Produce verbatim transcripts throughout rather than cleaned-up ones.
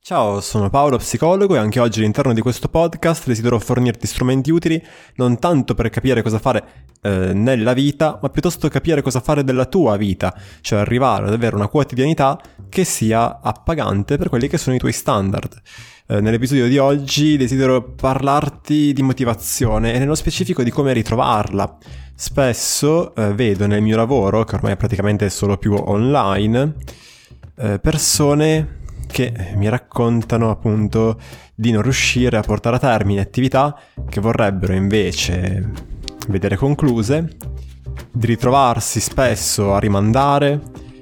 Ciao, sono Paolo, psicologo, e anche oggi all'interno di questo podcast desidero fornirti strumenti utili non tanto per capire cosa fare eh, nella vita, ma piuttosto capire cosa fare della tua vita, cioè arrivare ad avere una quotidianità che sia appagante per quelli che sono i tuoi standard. Eh, nell'episodio di oggi desidero parlarti di motivazione e nello specifico di come ritrovarla. Spesso eh, vedo nel mio lavoro, che ormai è praticamente solo più online, eh, persone che mi raccontano appunto di non riuscire a portare a termine attività che vorrebbero invece vedere concluse, di ritrovarsi spesso a rimandare,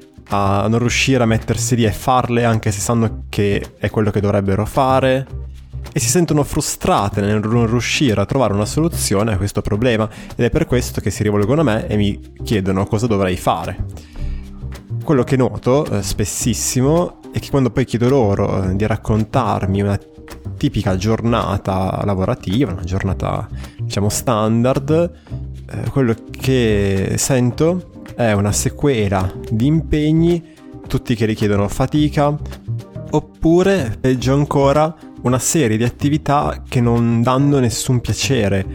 a non riuscire a mettersi lì e farle anche se sanno che è quello che dovrebbero fare, e si sentono frustrate nel non riuscire a trovare una soluzione a questo problema, ed è per questo che si rivolgono a me e mi chiedono cosa dovrei fare. Quello che noto eh, spessissimo è che quando poi chiedo loro eh, di raccontarmi una tipica giornata lavorativa, una giornata diciamo standard, eh, quello che sento è una sequela di impegni, tutti che richiedono fatica, oppure, peggio ancora, una serie di attività che non danno nessun piacere,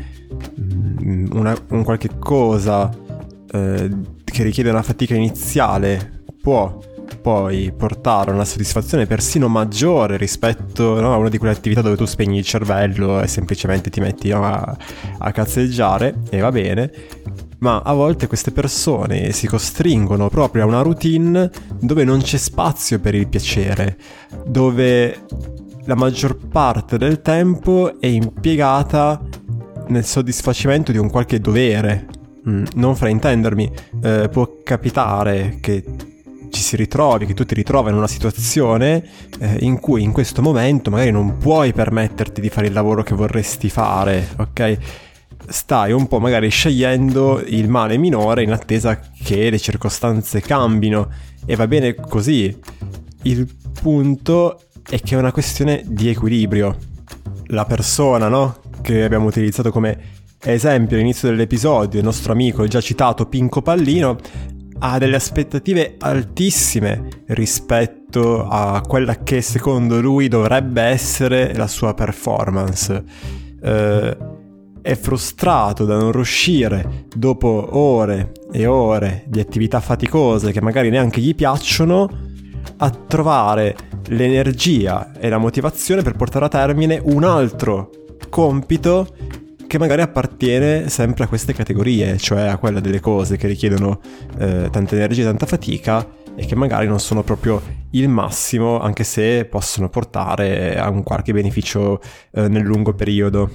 una, un qualche cosa eh, che richiede una fatica iniziale può poi portare a una soddisfazione persino maggiore rispetto, no, a una di quelle attività dove tu spegni il cervello e semplicemente ti metti, no, a, a cazzeggiare, e va bene, ma a volte queste persone si costringono proprio a una routine dove non c'è spazio per il piacere, dove la maggior parte del tempo è impiegata nel soddisfacimento di un qualche dovere. Mm, non fraintendermi, eh, può capitare che ci si ritrovi, che tu ti ritrovi in una situazione eh, in cui in questo momento magari non puoi permetterti di fare il lavoro che vorresti fare, ok? Stai un po' magari scegliendo il male minore in attesa che le circostanze cambino, e va bene così. Il punto è che è una questione di equilibrio. La persona, no, che abbiamo utilizzato come esempio all'inizio dell'episodio, il nostro amico già citato Pinco Pallino, ha delle aspettative altissime rispetto a quella che secondo lui dovrebbe essere la sua performance. Eh, è frustrato da non riuscire, dopo ore e ore di attività faticose che magari neanche gli piacciono, a trovare l'energia e la motivazione per portare a termine un altro compito che magari appartiene sempre a queste categorie, cioè a quella delle cose che richiedono eh, tanta energia e tanta fatica e che magari non sono proprio il massimo, anche se possono portare a un qualche beneficio eh, nel lungo periodo.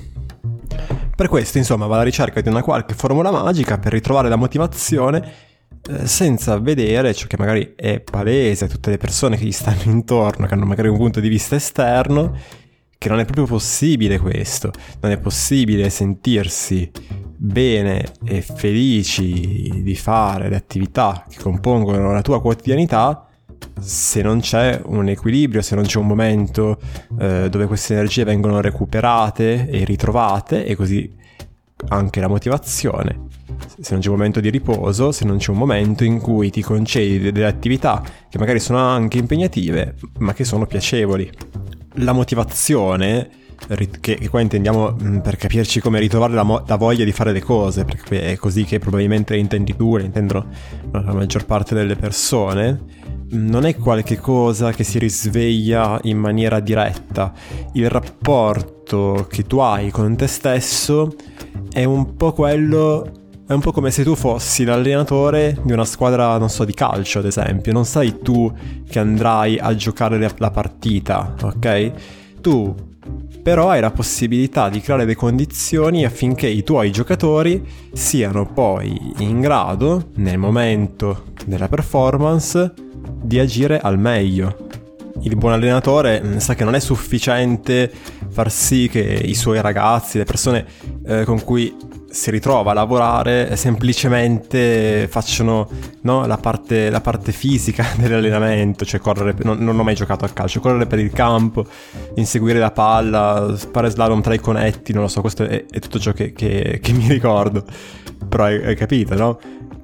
Per questo, insomma, va alla ricerca di una qualche formula magica per ritrovare la motivazione eh, senza vedere ciò che magari è palese a tutte le persone che gli stanno intorno, che hanno magari un punto di vista esterno, che non è proprio possibile questo. Non è possibile sentirsi bene e felici di fare le attività che compongono la tua quotidianità se non c'è un equilibrio, se non c'è un momento eh, dove queste energie vengono recuperate e ritrovate, e così anche la motivazione. Se non c'è un momento di riposo, se non c'è un momento in cui ti concedi delle attività che magari sono anche impegnative ma che sono piacevoli. La motivazione, che, che qua intendiamo per capirci come ritrovare la, mo- la voglia di fare le cose, perché è così che probabilmente le intendi tu, le intendono la maggior parte delle persone, non è qualche cosa che si risveglia in maniera diretta. Il rapporto che tu hai con te stesso è un po' quello... È un po' come se tu fossi l'allenatore di una squadra, non so, di calcio ad esempio. Non sei tu che andrai a giocare la partita, ok? Tu però hai la possibilità di creare le condizioni affinché i tuoi giocatori siano poi in grado, nel momento della performance, di agire al meglio. Il buon allenatore sa che non è sufficiente far sì che i suoi ragazzi, le persone eh, con cui si ritrova a lavorare, semplicemente facciano, no, la parte, la parte fisica dell'allenamento, cioè correre, non, non ho mai giocato a calcio, correre per il campo, inseguire la palla, fare slalom tra i conetti, non lo so, questo è, è tutto ciò che, che, che mi ricordo, però hai, hai capito, no?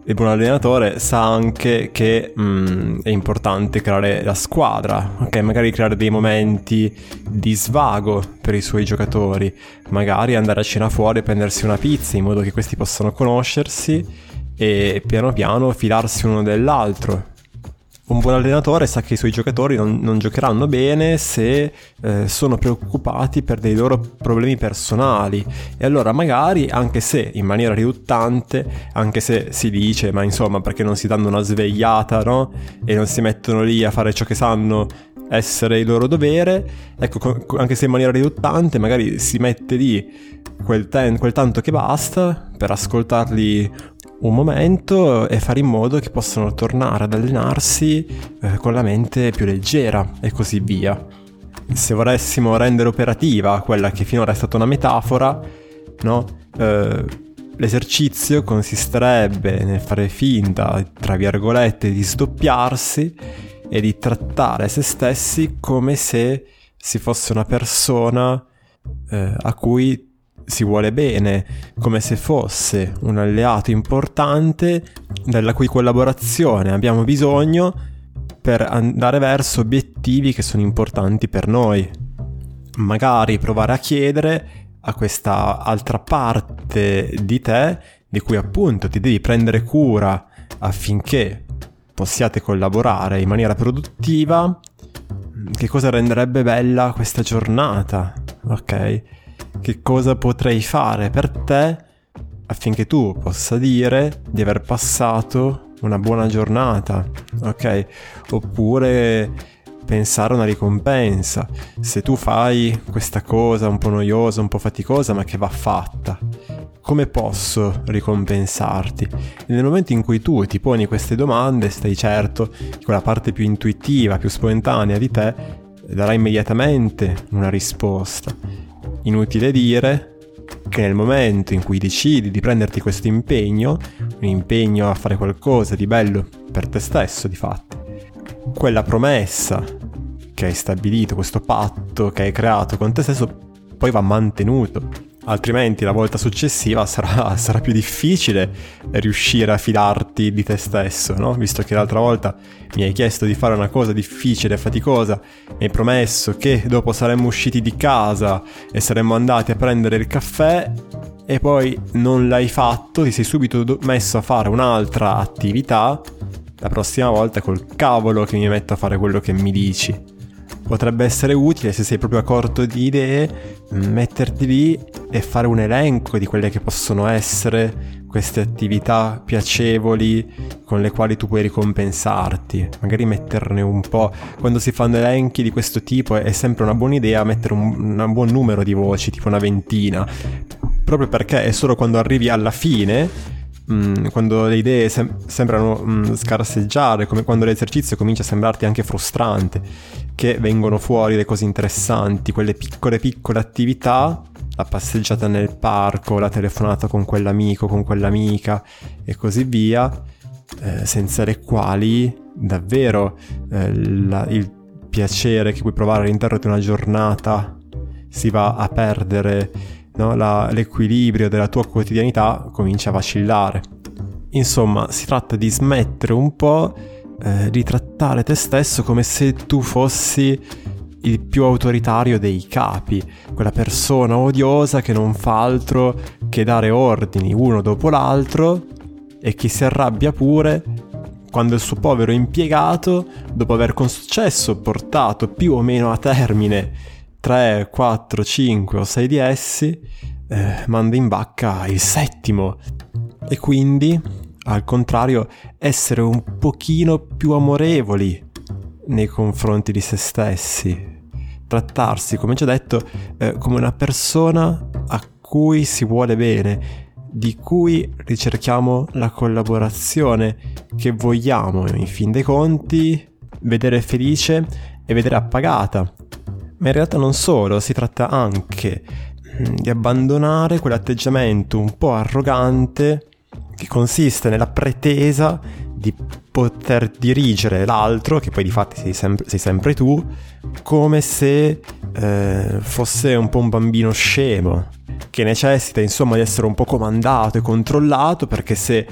il buon allenatore sa anche che mh, è importante creare la squadra, ok? Magari creare dei momenti di svago per i suoi giocatori, magari andare a cena fuori e prendersi una pizza in modo che questi possano conoscersi e piano piano fidarsi uno dell'altro. Un buon allenatore sa che i suoi giocatori non, non giocheranno bene se eh, sono preoccupati per dei loro problemi personali, e allora magari, anche se in maniera riluttante, anche se si dice ma insomma perché non si danno una svegliata, no? E non si mettono lì a fare ciò che sanno essere il loro dovere, ecco, anche se in maniera riluttante magari si mette lì quel, ten- quel tanto che basta per ascoltarli un momento e fare in modo che possano tornare ad allenarsi eh, con la mente più leggera e così via. Se volessimo rendere operativa quella che finora è stata una metafora, no? Eh, l'esercizio consisterebbe nel fare finta, tra virgolette, di sdoppiarsi e di trattare se stessi come se si fosse una persona eh, a cui si vuole bene, come se fosse un alleato importante della cui collaborazione abbiamo bisogno per andare verso obiettivi che sono importanti per noi. Magari provare a chiedere a questa altra parte di te, di cui appunto ti devi prendere cura affinché possiate collaborare in maniera produttiva, che cosa renderebbe bella questa giornata, ok? Che cosa potrei fare per te affinché tu possa dire di aver passato una buona giornata, ok? Oppure pensare a una ricompensa. Se tu fai questa cosa un po' noiosa, un po' faticosa, ma che va fatta, come posso ricompensarti? E nel momento in cui tu ti poni queste domande, stai certo che quella parte più intuitiva, più spontanea di te darà immediatamente una risposta. Inutile dire che nel momento in cui decidi di prenderti questo impegno, un impegno a fare qualcosa di bello per te stesso, di fatto, quella promessa che hai stabilito, questo patto che hai creato con te stesso, poi va mantenuto. Altrimenti la volta successiva sarà, sarà più difficile riuscire a fidarti di te stesso, no? Visto che l'altra volta mi hai chiesto di fare una cosa difficile e faticosa, mi hai promesso che dopo saremmo usciti di casa e saremmo andati a prendere il caffè, e poi non l'hai fatto, ti sei subito do- messo a fare un'altra attività. La prossima volta col cavolo che mi metto a fare quello che mi dici. Potrebbe essere utile, se sei proprio a corto di idee, metterti lì e fare un elenco di quelle che possono essere queste attività piacevoli con le quali tu puoi ricompensarti. Magari metterne un po'. Quando si fanno elenchi di questo tipo è sempre una buona idea mettere un, un buon numero di voci, tipo una ventina, proprio perché è solo quando arrivi alla fine, quando le idee sem- sembrano mh, scarseggiare, come quando l'esercizio comincia a sembrarti anche frustrante, che vengono fuori le cose interessanti, quelle piccole piccole attività, la passeggiata nel parco, la telefonata con quell'amico, con quell'amica e così via, eh, senza le quali davvero eh, la, il piacere che puoi provare all'interno di una giornata si va a perdere, no? La, l'equilibrio della tua quotidianità comincia a vacillare. Insomma, si tratta di smettere un po' eh, di trattare te stesso come se tu fossi il più autoritario dei capi, quella persona odiosa che non fa altro che dare ordini uno dopo l'altro e che si arrabbia pure quando il suo povero impiegato, dopo aver con successo portato più o meno a termine tre, quattro, cinque o sei di essi, eh, manda in bacca il settimo. E quindi, al contrario, essere un pochino più amorevoli nei confronti di se stessi. Trattarsi, come già detto, eh, come una persona a cui si vuole bene, di cui ricerchiamo la collaborazione, che vogliamo, in fin dei conti, vedere felice e vedere appagata. Ma in realtà non solo, si tratta anche di abbandonare quell'atteggiamento un po' arrogante che consiste nella pretesa di poter dirigere l'altro, che poi di fatti sei sempre, sei sempre tu, come se eh, fosse un po' un bambino scemo, che necessita insomma di essere un po' comandato e controllato, perché se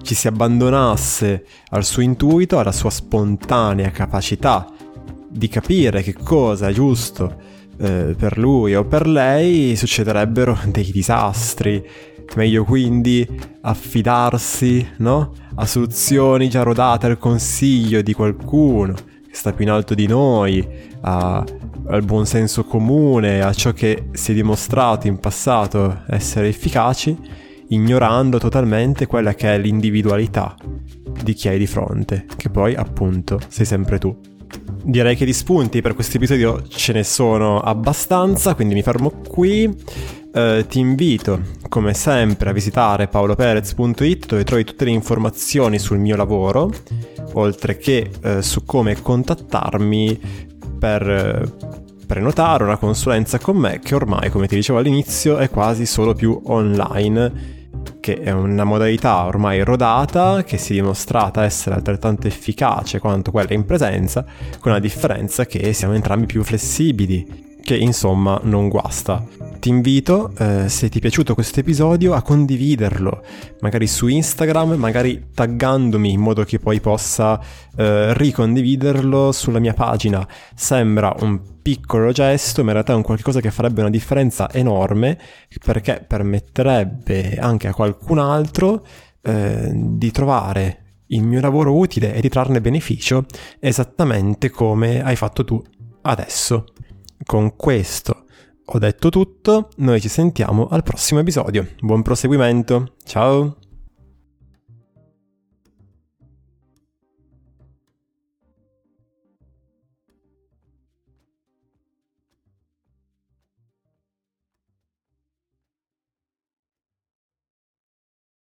ci si abbandonasse al suo intuito, alla sua spontanea capacità di capire che cosa è giusto eh, per lui o per lei, succederebbero dei disastri. Meglio quindi affidarsi, no? A soluzioni già rodate, al consiglio di qualcuno che sta più in alto di noi, a, al buon senso comune, a ciò che si è dimostrato in passato essere efficaci, ignorando totalmente quella che è l'individualità di chi hai di fronte, che poi appunto sei sempre tu. Direi che di spunti per questo episodio ce ne sono abbastanza, quindi mi fermo qui. Uh, ti invito come sempre a visitare paolo perez punto it, dove trovi tutte le informazioni sul mio lavoro, oltre che uh, su come contattarmi per uh, prenotare una consulenza con me, che ormai, come ti dicevo all'inizio, è quasi solo più online, che è una modalità ormai rodata, che si è dimostrata essere altrettanto efficace quanto quella in presenza, con la differenza che siamo entrambi più flessibili, che insomma non guasta. Ti invito, eh, se ti è piaciuto questo episodio, a condividerlo, magari su Instagram, magari taggandomi in modo che poi possa eh, ricondividerlo sulla mia pagina. Sembra un piccolo gesto, ma in realtà è un qualcosa che farebbe una differenza enorme, perché permetterebbe anche a qualcun altro eh, di trovare il mio lavoro utile e di trarne beneficio, esattamente come hai fatto tu adesso. Con questo ho detto tutto, noi ci sentiamo al prossimo episodio. Buon proseguimento, ciao!